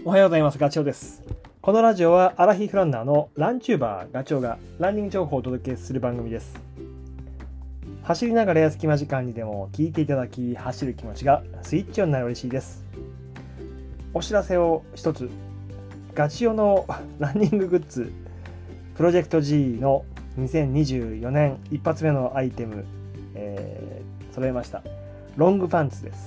おはようございます。ガチョウです。このラジオはアラヒフランナーのランチューバーガチョウがランニング情報をお届けする番組です。走りながらや隙間時間にでも聞いていただき、走る気持ちがスイッチオンになる嬉しいです。お知らせを一つ。ガチョウのランニンググッズプロジェクト G の2024年一発目のアイテム、揃えました。ロングパンツです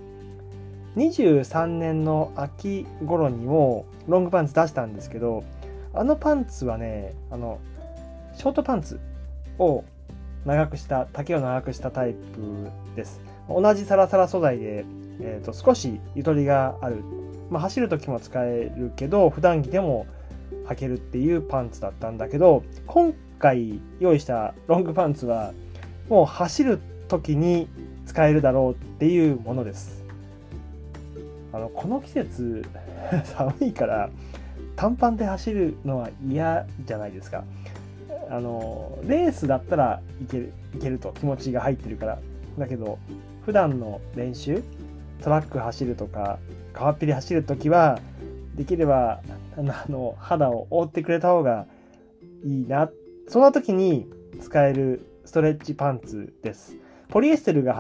。23年の秋頃にもロングパンツ出したんですけど、あのパンツはね、ショートパンツを長くした丈を長くしたタイプです。同じサラサラ素材で、少しゆとりがある、走る時も使えるけど普段着でも履けるっていうパンツだったんだけど、今回用意したロングパンツはもう走る時に使えるだろうっていうものです。この季節寒いから短パンで走るのは嫌じゃないですか。レースだったらいけると気持ちが入ってるから。だけど普段の練習、トラック走るとか川っぺり走るときはできれば肌を覆ってくれた方がいいな。その時に使えるストレッチパンツです。ポリエステルが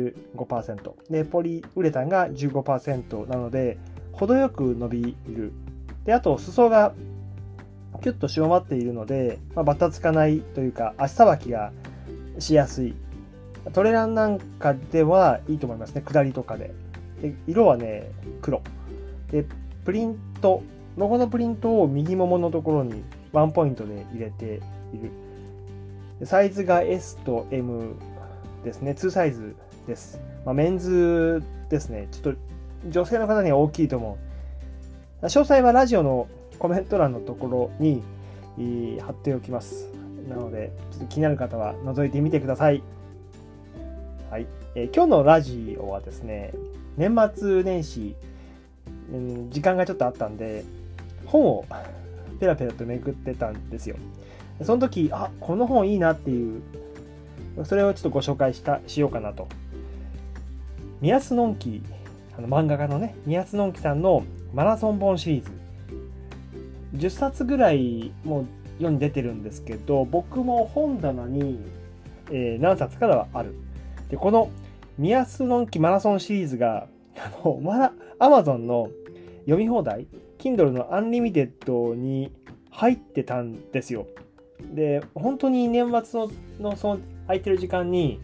85% でポリウレタンが 15% なので程よく伸びる。であと裾がキュッと締まっているので、バタつかないというか足さばきがしやすい。トレランなんかではいいと思いますね。下りとかで。で色はね黒で、プリントロゴのプリントを右もものところにワンポイントで入れている。サイズが S と Mですね。2サイズです。メンズですね。ちょっと女性の方には大きいと思う。詳細はラジオのコメント欄のところに貼っておきます。なので、ちょっと気になる方は覗いてみてください。はい。今日のラジオはですね、年末年始、時間がちょっとあったんで、本をペラペラとめくってたんですよ。その時、この本いいなっていう、それをちょっとご紹介しようかなと。宮須のんき、漫画家のね、宮須のんきさんのマラソン本シリーズ。10冊ぐらいもう世に出てるんですけど、僕も本棚に、何冊からはある。で、この宮須のんきマラソンシリーズが、Amazon の読み放題、Kindle のアンリミテッドに入ってたんですよ。で、本当に年末のその空いてる時間に、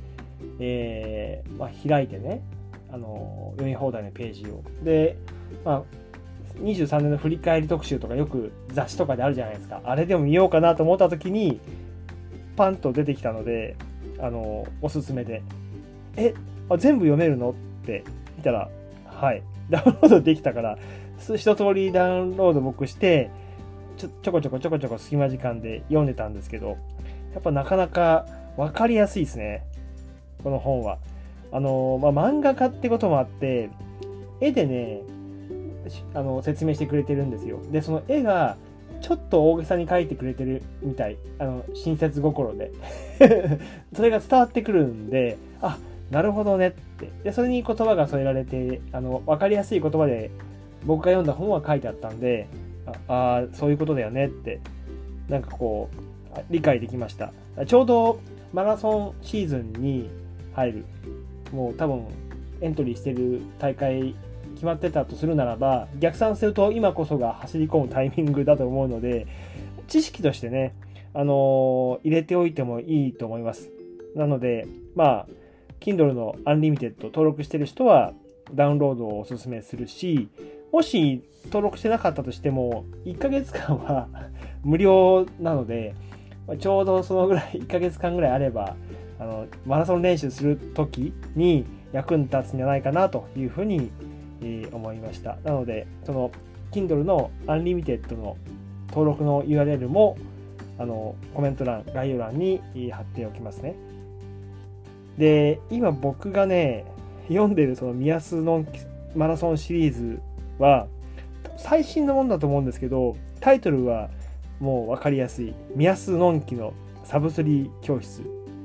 開いてね、読み放題のページを。で、23年の振り返り特集とかよく雑誌とかであるじゃないですか。あれでも見ようかなと思った時に、パンと出てきたので、おすすめで。全部読めるのって見たら、はい、ダウンロードできたから、一通りダウンロード僕して、ちょこちょこ隙間時間で読んでたんですけど、やっぱなかなか分かりやすいですね、この本は。漫画家ってこともあって、絵でね、説明してくれてるんですよ。で、その絵がちょっと大げさに描いてくれてるみたい。親切心で。それが伝わってくるんで、なるほどねって。で、それに言葉が添えられて、分かりやすい言葉で僕が読んだ本は書いてあったんで、そういうことだよねって、なんかこう、理解できました。ちょうどマラソンシーズンに入る。もう多分エントリーしてる大会決まってたとするならば、逆算すると今こそが走り込むタイミングだと思うので、知識としてね、入れておいてもいいと思います。なので、Kindle のアンリミテッド登録してる人はダウンロードをおすすめするし、もし登録してなかったとしても、1ヶ月間は無料なので、ちょうどそのぐらい、1ヶ月間ぐらいあれば、マラソン練習するときに役に立つんじゃないかなというふうに思いました。なので、その Kindle の Unlimited の登録の URL もコメント欄、概要欄に貼っておきますね。で、今僕がね、読んでるその宮須のマラソンシリーズは最新のものだと思うんですけど、タイトルはもう分かりやすい。宮須のんきのサブスリー教室。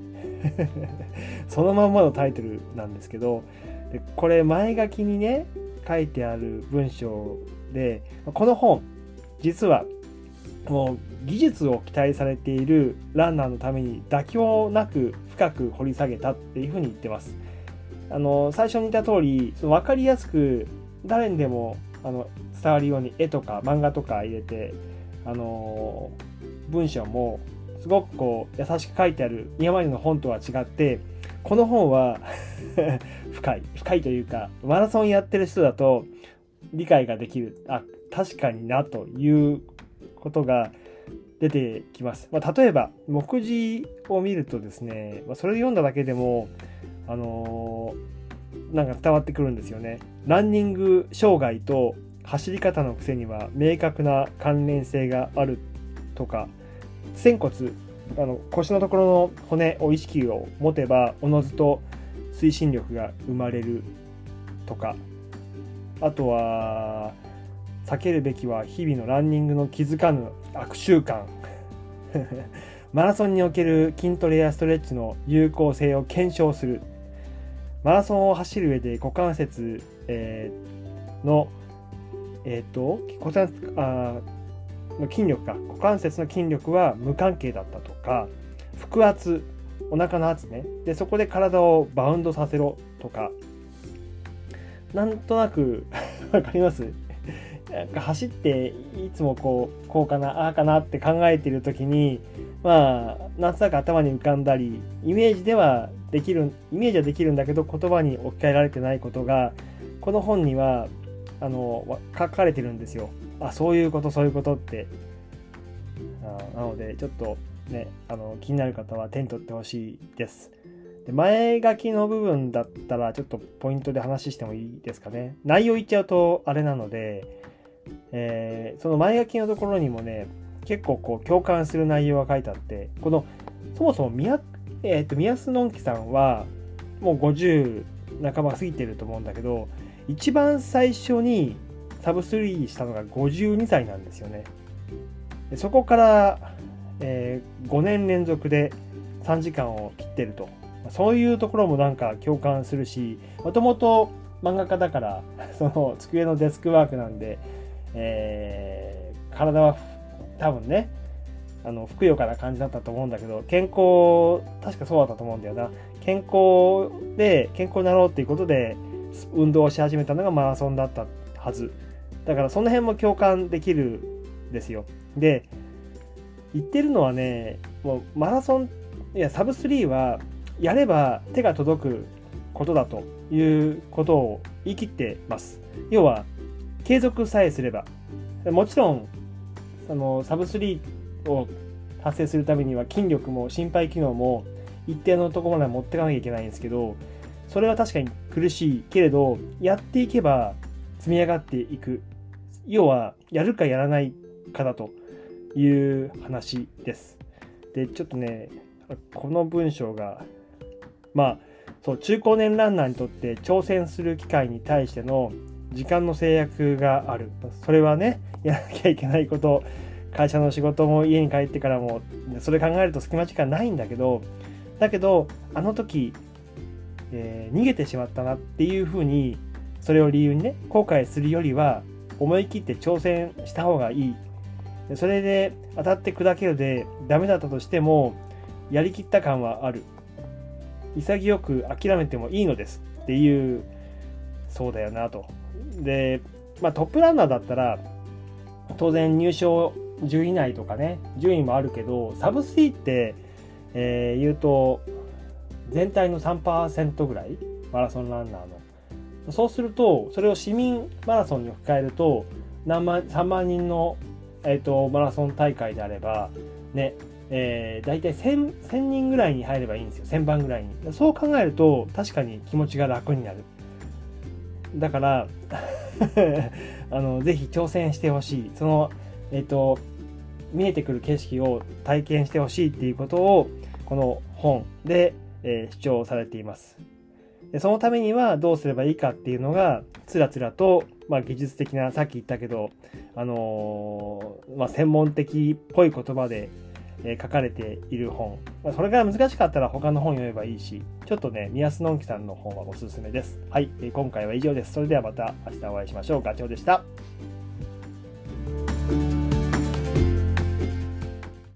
そのまんまのタイトルなんですけど、でこれ前書きにね書いてある文章をで、この本実はもう技術を期待されているランナーのために妥協なく深く掘り下げたっていうふうに言ってます。最初に言った通り、その分かりやすく誰にでも伝わるように絵とか漫画とか入れて、文章もすごくこう優しく書いてある今までの本とは違って、この本は深いというか、マラソンやってる人だと理解ができる、確かになということが出てきます。例えば目次を見るとですね、それで読んだだけでもなんか伝わってくるんですよね。ランニング障害と走り方の癖には明確な関連性があるとか、仙骨腰のところの骨を意識を持てばおのずと推進力が生まれるとか、あとは避けるべきは日々のランニングの気づかぬ悪習慣マラソンにおける筋トレやストレッチの有効性を検証する。マラソンを走る上で股関節の筋力か、股関節の筋力は無関係だったとか、腹圧、お腹の圧ね、でそこで体をバウンドさせろとか、なんとなくわかります？なんか走っていつもこうかな、ああかなって考えている時に、なんとなく頭に浮かんだり、イメージはできるんだけど言葉に置き換えられてないことがこの本には書かれてるんですよ。そういうことって。なのでちょっとね、気になる方は手に取ってほしいです。で、前書きの部分だったらちょっとポイントで話してもいいですかね。内容言っちゃうとあれなので、その前書きのところにもね、結構こう共感する内容が書いてあって、そもそも宮須のんきさんはもう50半ば過ぎてると思うんだけど、一番最初にサブ3したのが52歳なんですよね。でそこから、5年連続で3時間を切ってると。そういうところもなんか共感するし、もともと漫画家だからその机のデスクワークなんで、体は多分ねふくよかな感じだったと思うんだけど、健康確かそうだったと思うんだよな。健康になろうっていうことで運動をし始めたのがマラソンだったはずだから、その辺も共感できるんですよ。で、言ってるのはね、もうマラソンサブ3はやれば手が届くことだということを言い切ってます。要は継続さえすれば、もちろんサブ3を達成するためには筋力も心肺機能も一定のところまで持っていかなきゃいけないんですけど、それは確かに苦しいけれどやっていけば積み上がっていく。要はやるかやらないかだという話です。で、ちょっとね、この文章が中高年ランナーにとって挑戦する機会に対しての時間の制約がある。それはね、やらなきゃいけないこと、会社の仕事も家に帰ってからもそれ考えると隙間時間ないんだけど、あの時、逃げてしまったなっていうふうに、それを理由にね後悔するよりは思い切って挑戦した方がいい。それで当たって砕けるでダメだったとしてもやりきった感はある。潔く諦めてもいいのですっていう、そうだよなと。で、トップランナーだったら当然入賞10位以内とかね、順位もあるけど、サブ3って、言うと全体の 3% ぐらい、マラソンランナーの。そうするとそれを市民マラソンに置き換えると3万人の、マラソン大会であればね、だいたい 1000人ぐらいに入ればいいんですよ。1000番ぐらいに。そう考えると確かに気持ちが楽になる。だからぜひ挑戦してほしい。見えてくる景色を体験してほしいっていうことをこの本で、主張されています。でそのためにはどうすればいいかっていうのがつらつらと、技術的な、さっき言ったけど、専門的っぽい言葉で書かれている本。それが難しかったら他の本読めばいいし、ちょっとね、宮須のんきさんの本はおすすめです。はい、今回は以上です。それではまた明日お会いしましょう。ガチョウでした。